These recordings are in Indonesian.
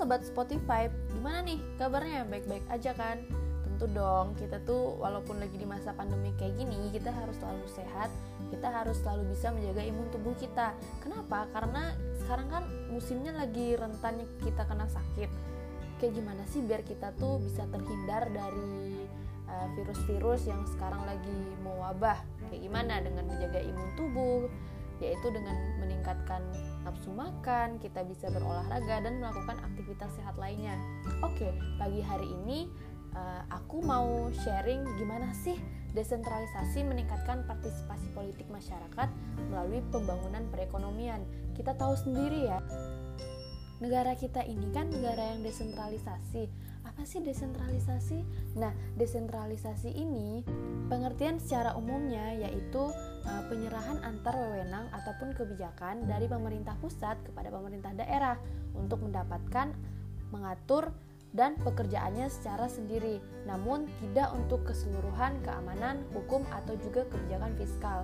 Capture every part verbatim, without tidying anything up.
Sobat Spotify, gimana nih kabarnya? Baik-baik aja kan? Tentu dong, kita tuh walaupun lagi di masa pandemi kayak gini, kita harus selalu sehat, kita harus selalu bisa menjaga imun tubuh kita. Kenapa? Karena sekarang kan musimnya lagi rentannya kita kena sakit. Kayak gimana sih biar kita tuh bisa terhindar dari uh, virus-virus yang sekarang lagi mewabah? Kayak gimana dengan menjaga imun tubuh? Yaitu dengan meningkatkan nafsu makan, kita bisa berolahraga dan melakukan aktivitas sehat lainnya. Oke, pagi hari ini uh, aku mau sharing gimana sih desentralisasi meningkatkan partisipasi politik masyarakat melalui pembangunan perekonomian. Kita tahu sendiri ya, negara kita ini kan negara yang desentralisasi. Apa sih desentralisasi? Nah, desentralisasi ini pengertian secara umumnya yaitu uh, penyerahan antar wewenang ataupun kebijakan dari pemerintah pusat kepada pemerintah daerah untuk mendapatkan, mengatur, dan pekerjaannya secara sendiri, namun tidak untuk keseluruhan keamanan, hukum, atau juga kebijakan fiskal.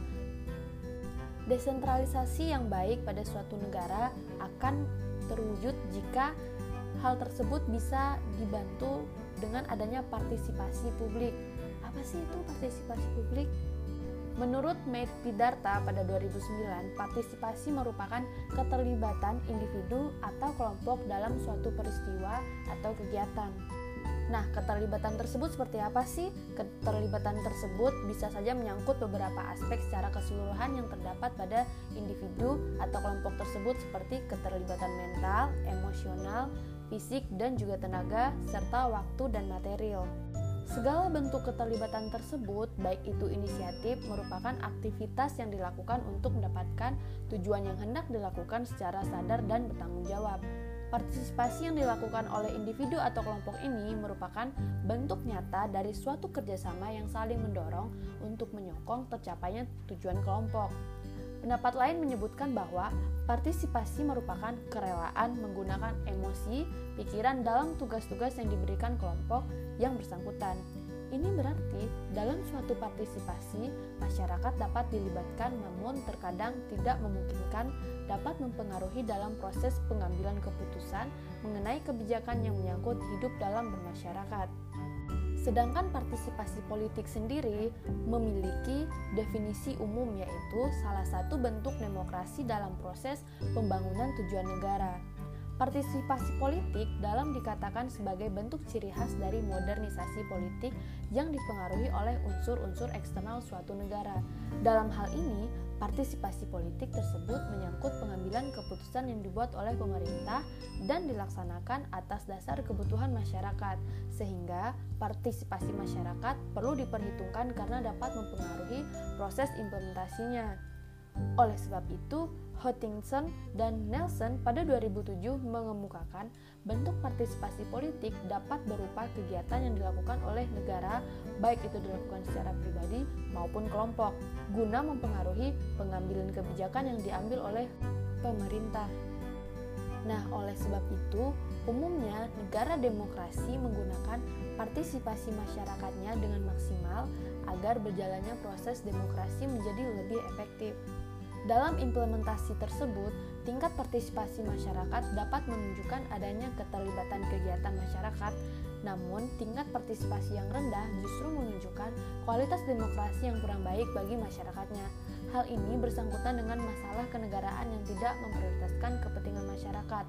Desentralisasi yang baik pada suatu negara akan terwujud jika hal tersebut bisa dibantu dengan adanya partisipasi publik. Apa sih itu partisipasi publik? Menurut Maitpidarta pada dua ribu sembilan, partisipasi merupakan keterlibatan individu atau kelompok dalam suatu peristiwa atau kegiatan. Nah, keterlibatan tersebut seperti apa sih? Keterlibatan tersebut bisa saja menyangkut beberapa aspek secara keseluruhan yang terdapat pada individu atau kelompok tersebut seperti keterlibatan mental, emosional, fisik, dan juga tenaga, serta waktu dan material. Segala bentuk keterlibatan tersebut, baik itu inisiatif, merupakan aktivitas yang dilakukan untuk mendapatkan tujuan yang hendak dilakukan secara sadar dan bertanggung jawab. Partisipasi yang dilakukan oleh individu atau kelompok ini merupakan bentuk nyata dari suatu kerjasama yang saling mendorong untuk menyokong tercapainya tujuan kelompok. Pendapat lain menyebutkan bahwa partisipasi merupakan kerelaan menggunakan emosi, pikiran dalam tugas-tugas yang diberikan kelompok yang bersangkutan. Ini berarti dalam suatu partisipasi, masyarakat dapat dilibatkan namun terkadang tidak memungkinkan dapat mempengaruhi dalam proses pengambilan keputusan mengenai kebijakan yang menyangkut hidup dalam bermasyarakat. Sedangkan partisipasi politik sendiri memiliki definisi umum, yaitu salah satu bentuk demokrasi dalam proses pembangunan tujuan negara. Partisipasi politik dalam dikatakan sebagai bentuk ciri khas dari modernisasi politik yang dipengaruhi oleh unsur-unsur eksternal suatu negara. Dalam hal ini, partisipasi politik tersebut menyangkut pengambilan keputusan yang dibuat oleh pemerintah dan dilaksanakan atas dasar kebutuhan masyarakat, sehingga partisipasi masyarakat perlu diperhitungkan karena dapat mempengaruhi proses implementasinya. Oleh sebab itu, Hutchinson dan Nelson pada dua ribu tujuh mengemukakan bentuk partisipasi politik dapat berupa kegiatan yang dilakukan oleh negara, baik itu dilakukan secara pribadi maupun kelompok, guna mempengaruhi pengambilan kebijakan yang diambil oleh pemerintah. Nah, oleh sebab itu, umumnya negara demokrasi menggunakan partisipasi masyarakatnya dengan maksimal agar berjalannya proses demokrasi menjadi lebih efektif. Dalam implementasi tersebut, tingkat partisipasi masyarakat dapat menunjukkan adanya keterlibatan kegiatan masyarakat, namun tingkat partisipasi yang rendah justru menunjukkan kualitas demokrasi yang kurang baik bagi masyarakatnya. Hal ini bersangkutan dengan masalah kenegaraan yang tidak memprioritaskan kepentingan masyarakat.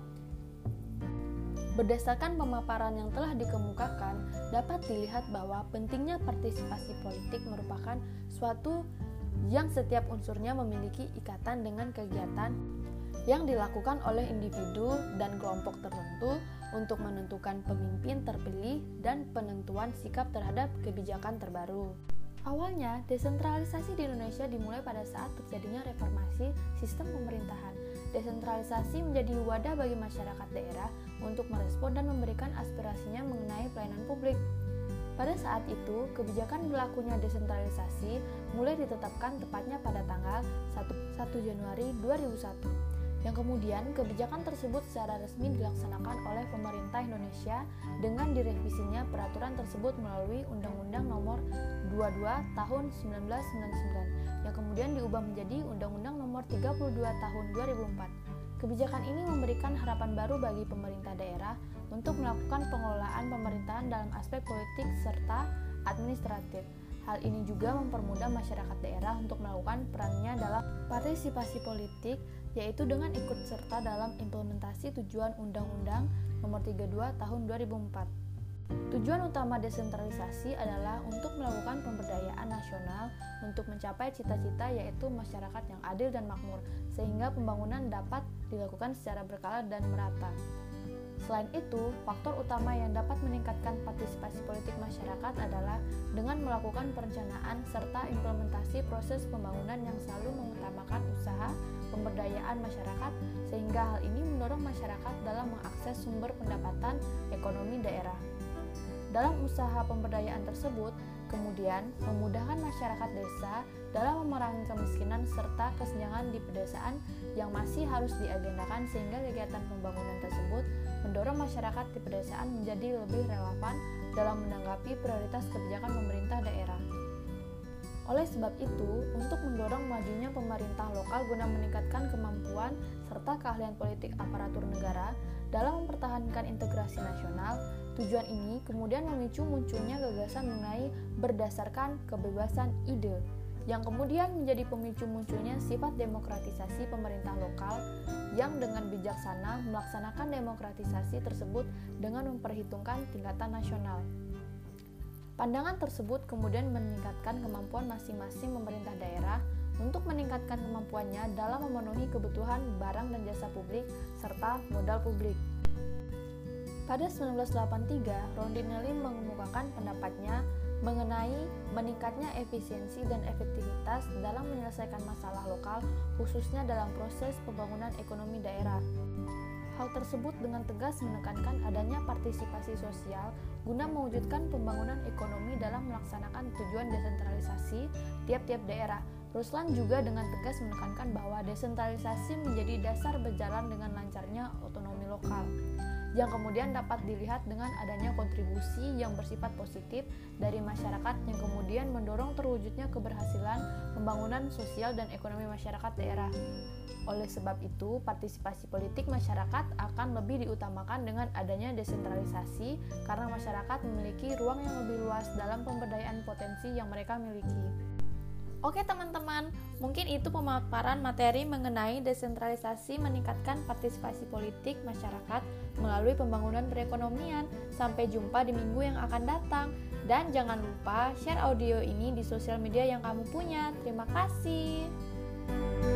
Berdasarkan pemaparan yang telah dikemukakan, dapat dilihat bahwa pentingnya partisipasi politik merupakan suatu yang setiap unsurnya memiliki ikatan dengan kegiatan yang dilakukan oleh individu dan kelompok tertentu untuk menentukan pemimpin terpilih dan penentuan sikap terhadap kebijakan terbaru. Awalnya, desentralisasi di Indonesia dimulai pada saat terjadinya reformasi sistem pemerintahan. Desentralisasi menjadi wadah bagi masyarakat daerah untuk merespon dan memberikan aspirasinya mengenai pelayanan publik. Pada saat itu, kebijakan berlakunya desentralisasi mulai ditetapkan tepatnya pada tanggal satu Januari dua ribu satu. Yang kemudian kebijakan tersebut secara resmi dilaksanakan oleh pemerintah Indonesia dengan direvisinya peraturan tersebut melalui Undang-Undang Nomor dua puluh dua Tahun seribu sembilan ratus sembilan puluh sembilan yang kemudian diubah menjadi Undang-Undang Nomor tiga puluh dua Tahun dua ribu empat. Kebijakan ini memberikan harapan baru bagi pemerintah daerah untuk melakukan pengelolaan pemerintahan dalam aspek politik serta administratif. Hal ini juga mempermudah masyarakat daerah untuk melakukan perannya dalam partisipasi politik, yaitu dengan ikut serta dalam implementasi tujuan Undang-Undang Nomor tiga puluh dua Tahun dua ribu empat. Tujuan utama desentralisasi adalah untuk melakukan pemberdayaan nasional untuk mencapai cita-cita yaitu masyarakat yang adil dan makmur, sehingga pembangunan dapat dilakukan secara berkala dan merata. Selain itu, faktor utama yang dapat meningkatkan partisipasi politik masyarakat adalah dengan melakukan perencanaan serta implementasi proses pembangunan yang selalu mengutamakan usaha pemberdayaan masyarakat, sehingga hal ini mendorong masyarakat dalam mengakses sumber pendapatan ekonomi daerah. Dalam usaha pemberdayaan tersebut, kemudian memudahkan masyarakat desa dalam memerangi kemiskinan serta kesenjangan di pedesaan yang masih harus diagendakan, sehingga kegiatan pembangunan tersebut mendorong masyarakat di pedesaan menjadi lebih relevan dalam menanggapi prioritas kebijakan pemerintah daerah. Oleh sebab itu, untuk mendorong majunya pemerintah lokal guna meningkatkan kemampuan serta keahlian politik aparatur negara dalam mempertahankan integrasi nasional, tujuan ini kemudian memicu munculnya gagasan mengenai berdasarkan kebebasan ide, yang kemudian menjadi pemicu munculnya sifat demokratisasi pemerintah lokal yang dengan bijaksana melaksanakan demokratisasi tersebut dengan memperhitungkan tingkatan nasional. Pandangan tersebut kemudian meningkatkan kemampuan masing-masing pemerintah daerah untuk meningkatkan kemampuannya dalam memenuhi kebutuhan barang dan jasa publik serta modal publik. Pada seribu sembilan ratus delapan puluh tiga, Rondinelli mengemukakan pendapatnya mengenai meningkatnya efisiensi dan efektivitas dalam menyelesaikan masalah lokal, khususnya dalam proses pembangunan ekonomi daerah. Hal tersebut dengan tegas menekankan adanya partisipasi sosial guna mewujudkan pembangunan ekonomi dalam melaksanakan tujuan desentralisasi tiap-tiap daerah. Ruslan juga dengan tegas menekankan bahwa desentralisasi menjadi dasar berjalan dengan lancarnya otonomi lokal, yang kemudian dapat dilihat dengan adanya kontribusi yang bersifat positif dari masyarakat yang kemudian mendorong terwujudnya keberhasilan pembangunan sosial dan ekonomi masyarakat daerah. Oleh sebab itu, partisipasi politik masyarakat akan lebih diutamakan dengan adanya desentralisasi karena masyarakat memiliki ruang yang lebih luas dalam pemberdayaan potensi yang mereka miliki. Oke teman-teman, mungkin itu pemaparan materi mengenai desentralisasi meningkatkan partisipasi politik masyarakat melalui pembangunan perekonomian. Sampai jumpa di minggu yang akan datang. Dan jangan lupa share audio ini di sosial media yang kamu punya. Terima kasih.